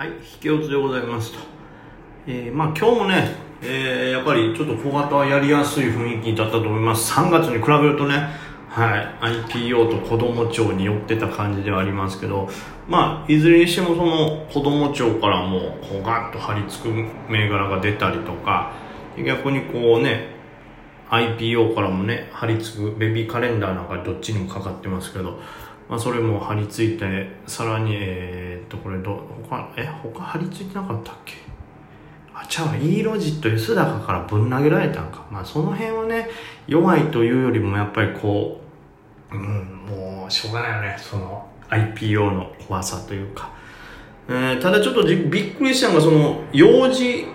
はい、引き落ちでございますと。今日もね、やっぱりちょっと小型はやりやすい雰囲気だったと思います。3月に比べるとね、IPO と子ども庁に寄ってた感じではありますけど、いずれにしてもその子ども庁からもこうガッと張り付く銘柄が出たりとか、逆にこうね、IPO からもね、張り付くベビーカレンダーなんかどっちにもかかってますけど、それも張り付いて、さらにこれ他張り付いてなかったっけ。イーロジット S 高からぶん投げられたんか。その辺はね、弱いというよりもやっぱりこう、もうしょうがないよね、その IPO の怖さというか。ただちょっとびっくりしたのが、その幼児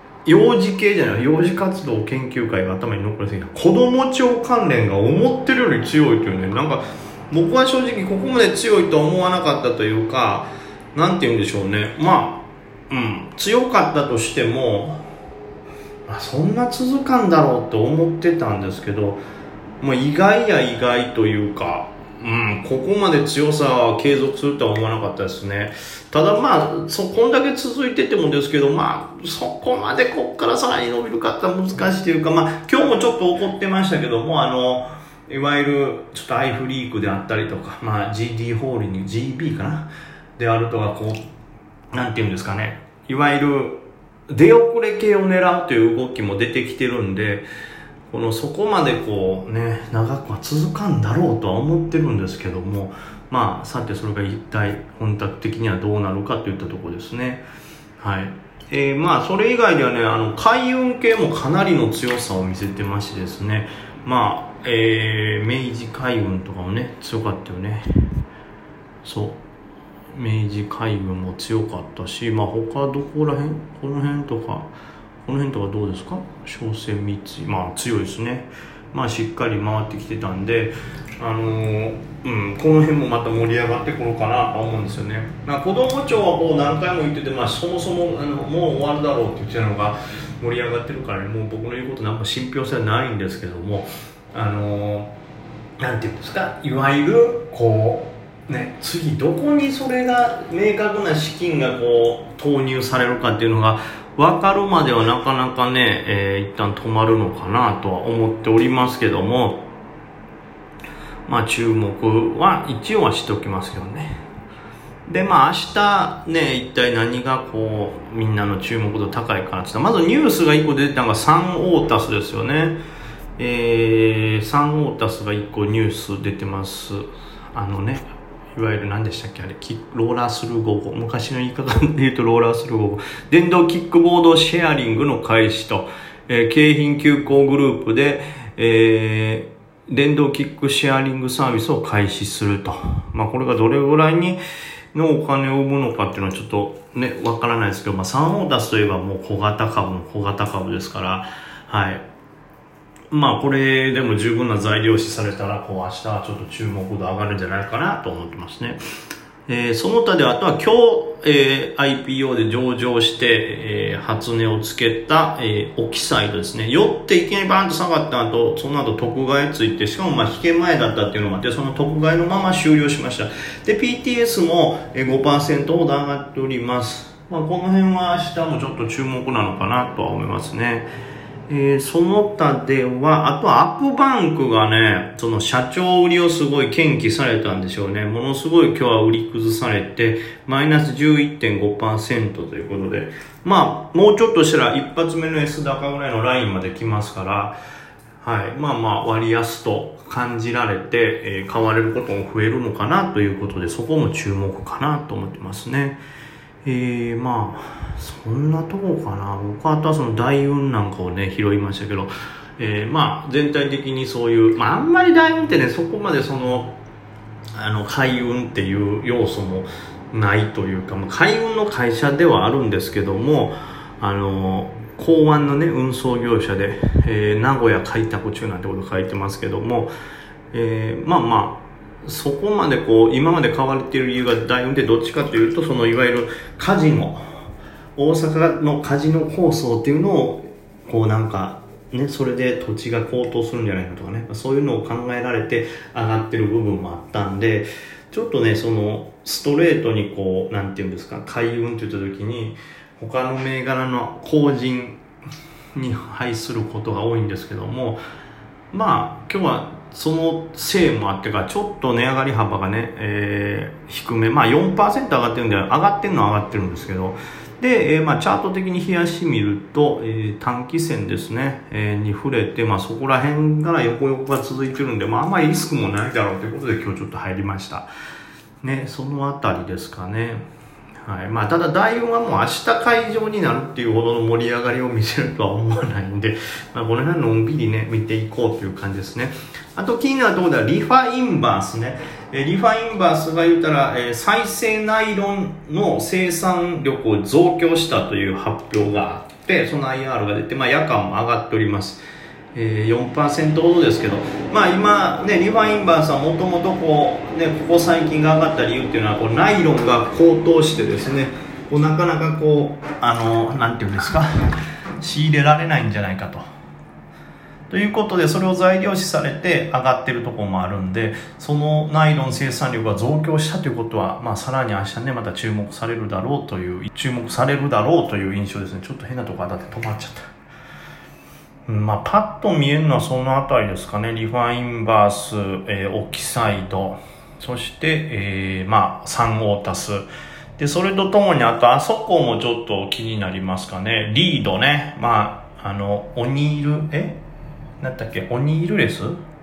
活動研究会が頭に残りすぎた。子ども庁関連が思ってるより強いというね、なんか僕は正直ここまで強いとは思わなかったというか、なんて言うんでしょうね。強かったとしても、そんな続かんだろうと思ってたんですけど、意外や意外というか、ここまで強さは継続するとは思わなかったですね。ただこんだけ続いててもですけど、そこまでこっからさらに伸びるかって難しいというか、今日もちょっと怒ってましたけども、いわゆるちょっとアイフリークであったりとか、GD ホールに GB かなであるとか、こうなんていうんですかね、いわゆる出遅れ系を狙うという動きも出てきてるんで、そこまでこうね長くは続かんだろうとは思ってるんですけども、さてそれが一体本格的にはどうなるかといったところですね。それ以外ではね、海運系もかなりの強さを見せてましてですね、明治海運とかもね強かったよね。明治海運も強かったし、他どこら辺、この辺とかどうですか。商船三井強いですね。しっかり回ってきてたんで、この辺もまた盛り上がってくるかなと思うんですよね。子ども庁はこう何回も言ってて、そもそももう終わるだろうって言ってたのが盛り上がってるからね、もう僕の言うことなんか信憑性はないんですけども、なんていうんですか、いわゆるこう次どこにそれが明確な資金がこう投入されるかっていうのが分かるまではなかなかね、一旦止まるのかなとは思っておりますけども、注目は一応はしておきますけどね。で明日ね、一体何がこうみんなの注目度高いかなって言ったら、まずニュースが1個出てたのがサンオータスですよね。サンオータスが1個ニュース出てます。いわゆる何でしたっけ、ローラースルーゴーゴ、昔の言い方で言うとローラースルーゴーゴ、電動キックボードシェアリングの開始と、京浜急行グループで、電動キックシェアリングサービスを開始すると。これがどれぐらいのお金を生むのかっていうのはちょっとね、わからないですけど、サンオータスといえばもう小型株ですから、これでも十分な材料視されたら、明日はちょっと注目度上がるんじゃないかなと思ってますね。その他であとは今日、IPO で上場して、初値をつけた、オキサイドですね。寄っていきなりバーンと下がった後、その後特買いついて、しかも引け前だったっていうのもあって、その特買いのまま終了しました。で、PTS も 5% ほど上がっております。この辺は明日もちょっと注目なのかなとは思いますね。その他では、あとはアップバンクがね、その社長売りをすごい堅記されたんでしょうね。ものすごい今日は売り崩されて、マイナス 11.5% ということで、もうちょっとしたら一発目の S 高ぐらいのラインまで来ますから、割安と感じられて、買われることも増えるのかなということで、そこも注目かなと思ってますね。そんなとこかな。僕はあとはその大運なんかをね拾いましたけど、全体的にそういう、あんまり大運ってね、そこまでその海運っていう要素もないというか、海運の会社ではあるんですけども、港湾のね運送業者で、名古屋開拓中なんてこと書いてますけども、そこまで今まで買われている理由が大運ってどっちかというと、そのいわゆるカジノ、大阪のカジノ構想っていうのをそれで土地が高騰するんじゃないかとかね、そういうのを考えられて上がってる部分もあったんで、 ちょっとねそのストレートにこうなんていうんですか、開運って言った時に他の銘柄の後陣に配することが多いんですけども、まあ今日はそのせいもあってかちょっと値上がり幅がね、低め、まあ 4% 上がってるんで上がってるのは上がってるんですけど、で、まあチャート的に冷やし見ると、短期線ですね、に触れて、まあそこら辺から横が続いてるんで、まああんまりリスクもないだろうということで今日ちょっと入りましたね。そのあたりですかね。はい。まあ、ただ大運はもう明日会場になるっていうほどの盛り上がりを見せるとは思わないんで、まあ、この辺のんびりね、見ていこうという感じですね。あと気になるところではリファインバースね。リファインバースが言ったら、再生ナイロンの生産力を増強したという発表があって、その IR が出て、まあ、夜間も上がっております。4% ほどですけど、まあ今ね、リファインバースはもともとこうね、ここ最近が上がった理由っていうのは、こうナイロンが高騰してですね、こうなかなかこう、なんていうんですか、仕入れられないんじゃないかということで、それを材料視されて上がってるところもあるんで、そのナイロン生産量が増強したということは、まあさらに明日ね、また注目されるだろうという印象ですね。ちょっと変なとこ当たって止まっちゃった。まあ、パッと見えるのはそのあたりですかね。リファインバース、オキサイド、そして、まあ、サンオータス。で、それとともに、あそこもちょっと気になりますかね。リードね。まあ、オニール、なんだっけ、オニールレス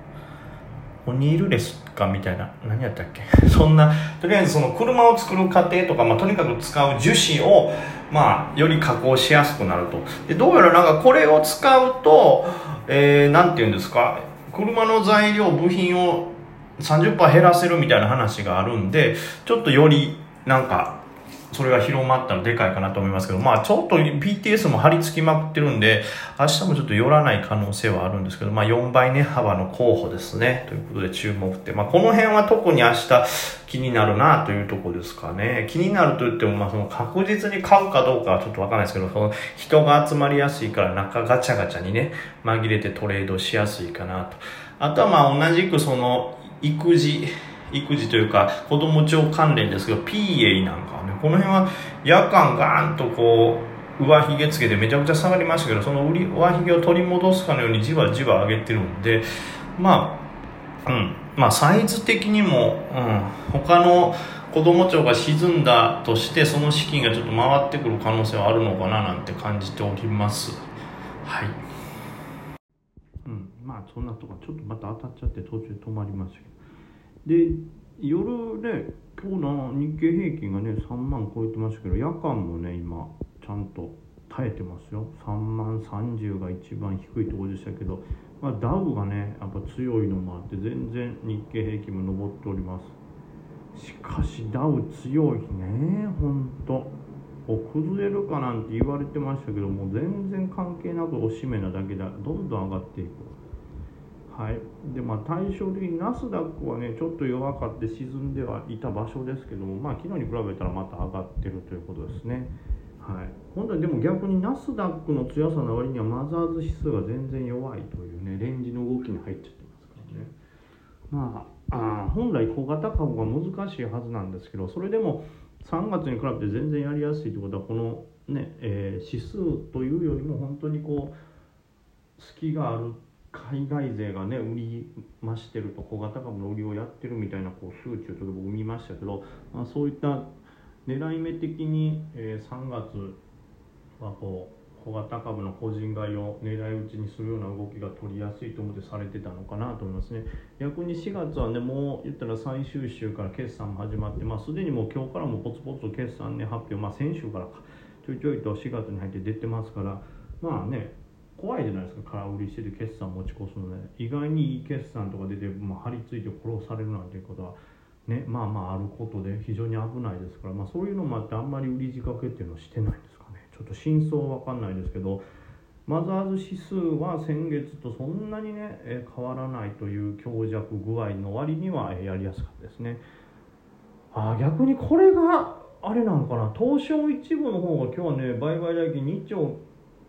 かみたいな。何やったっけそんな、とりあえずその車を作る過程とか、まあ、とにかく使う樹脂を、まあ、より加工しやすくなると。で、どうやらなんかこれを使うと、なんていうんですか、車の材料、部品を 30% 減らせるみたいな話があるんで、ちょっとより、なんか、それが広まったらでかいかなと思いますけど、まあちょっと PTS も張り付きまくってるんで、明日もちょっと寄らない可能性はあるんですけど、まあ4倍値幅の候補ですね。ということで注目って、まあこの辺は特に明日気になるなというところですかね。気になると言っても、まあその確実に買うかどうかはちょっとわかんないですけど、その人が集まりやすいから中ガチャガチャにね、紛れてトレードしやすいかなと。あとはまあ同じくその育児というか子供庁関連ですけど PA なんかはね、この辺は夜間ガーンとこう上髭つけてめちゃくちゃ下がりましたけど、その上髭を取り戻すかのようにじわじわ上げてるんで、まあサイズ的にも、他の子供庁が沈んだとしてその資金がちょっと回ってくる可能性はあるのかななんて感じております。はい。まあそんなとこちょっとまた当たっちゃって途中で止まりましたけど、で夜ね、今日の日経平均がね3万超えてましたけど、夜間もね今ちゃんと耐えてますよ。3万30が一番低いところでしたけど、まあ、ダウがねやっぱ強いのもあって全然日経平均も上っております。しかしダウ強いね、ほんと崩れるかなんて言われてましたけど、もう全然関係なくおしめなだけでどんどん上がっていく。はい。で、まあ対照的にナスダックはねちょっと弱かって沈んではいた場所ですけども、まあ昨日に比べたらまた上がってるということですね。はい。本当にでも逆にナスダックの強さの割にはマザーズ指数が全然弱いというね、レンジの動きに入っちゃってますからね。まあ本来小型株が難しいはずなんですけど、それでも3月に比べて全然やりやすいということは、このね、指数というよりも本当にこう隙がある海外勢がね売り増してると、小型株の売りをやってるみたいなこう数値をちょっと僕見ましたけど、まあ、そういった狙い目的に、3月はこう小型株の個人買いを狙い撃ちにするような動きが取りやすいと思ってされてたのかなと思いますね。逆に4月はね、もう言ったら最終週から決算も始まって、まあすでにもう今日からもポツポツと決算ね発表、まあ先週からかちょいちょいと4月に入って出てますから、まあね怖いじゃないですか、空売りしてて決算持ち越すので、意外にいい決算とか出て、まあ、張り付いて殺されるなんていうことはね、まああることで非常に危ないですから、まあ、そういうのもあってあんまり売り仕掛けっていうのをしてないんですかね。ちょっと真相は分かんないですけど、マザーズ指数は先月とそんなにね変わらないという強弱具合の割にはやりやすかったですね。逆にこれがあれなのかな、東証一部の方が今日はね売買代金2兆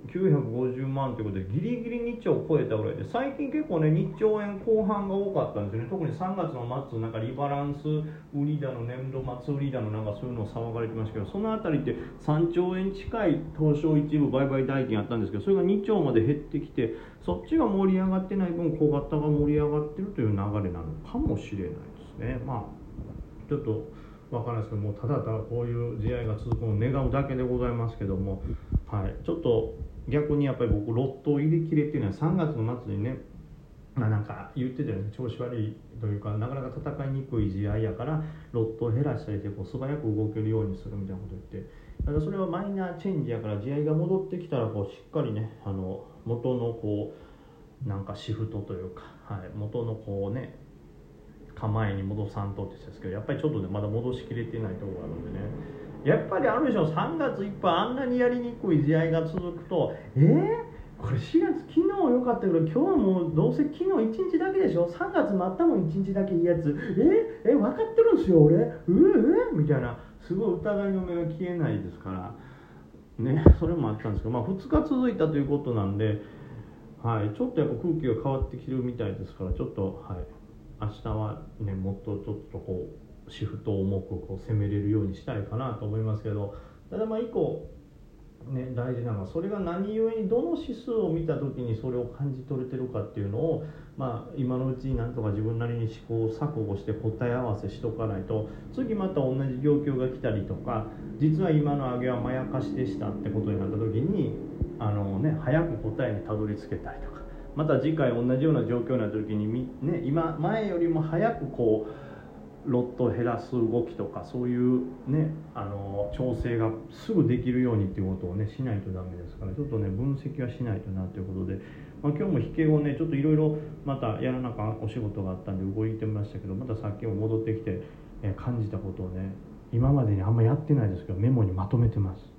950万ということでギリギリ2兆を超えたぐらいで、最近結構ね2兆円後半が多かったんですよね。特に3月の末なんかリバランス売りだの年度末売りだのなんかそういうのを騒がれてましたけど、そのあたりって3兆円近い東証一部売買代金あったんですけど、それが2兆まで減ってきて、そっちが盛り上がってない分小型が盛り上がってるという流れなのかもしれないですね。まあちょっとわからないですけども、ただただこういう試合が続くのを願うだけでございますけども、はい、ちょっと逆にやっぱり僕ロットを入れ切れっていうのは3月の末にね、なんか言ってたよね、調子悪いというかなかなか戦いにくい試合やからロットを減らしたりしてこう素早く動けるようにするみたいなこと言って、ただそれはマイナーチェンジやから試合が戻ってきたらこうしっかりね元のこうなんかシフトというか、はい、元のこうね構えに戻さんとって言ってたんですけど、やっぱりちょっとねまだ戻しきれてないところがあるんでね、やっぱりあるでしょ、3月いっぱいあんなにやりにくい試合が続くとこれ4月昨日良かったけど今日はもうどうせ昨日1日だけでしょ、3月またも1日だけいいやつ分かってるんですよ俺みたいな、すごい疑いの目が消えないですからね、それもあったんですけど、2日続いたということなんで、はい、ちょっとやっぱ空気が変わってきてるみたいですから、ちょっとはい明日はねもっとちょっとこうシフトを重くこう攻めれるようにしたいかなと思いますけど、ただ以降ね大事なのはそれが何故にどの指数を見た時にそれを感じ取れてるかっていうのを、今のうちになんとか自分なりに試行錯誤して答え合わせしとかないと、次また同じ状況が来たりとか、実は今の上げはまやかしでしたってことになった時に早く答えにたどり着けたりとか、また次回同じような状況になった時に今前よりも早くこうロットを減らす動きとかそういうね調整がすぐできるようにっていうことをねしないとダメですから、ちょっとね分析はしないとなということで、今日も引けをねちょっといろいろまたやらなかお仕事があったんで動いてましたけど、またさっきも戻ってきて感じたことをね今までにあんまやってないですけどメモにまとめてます。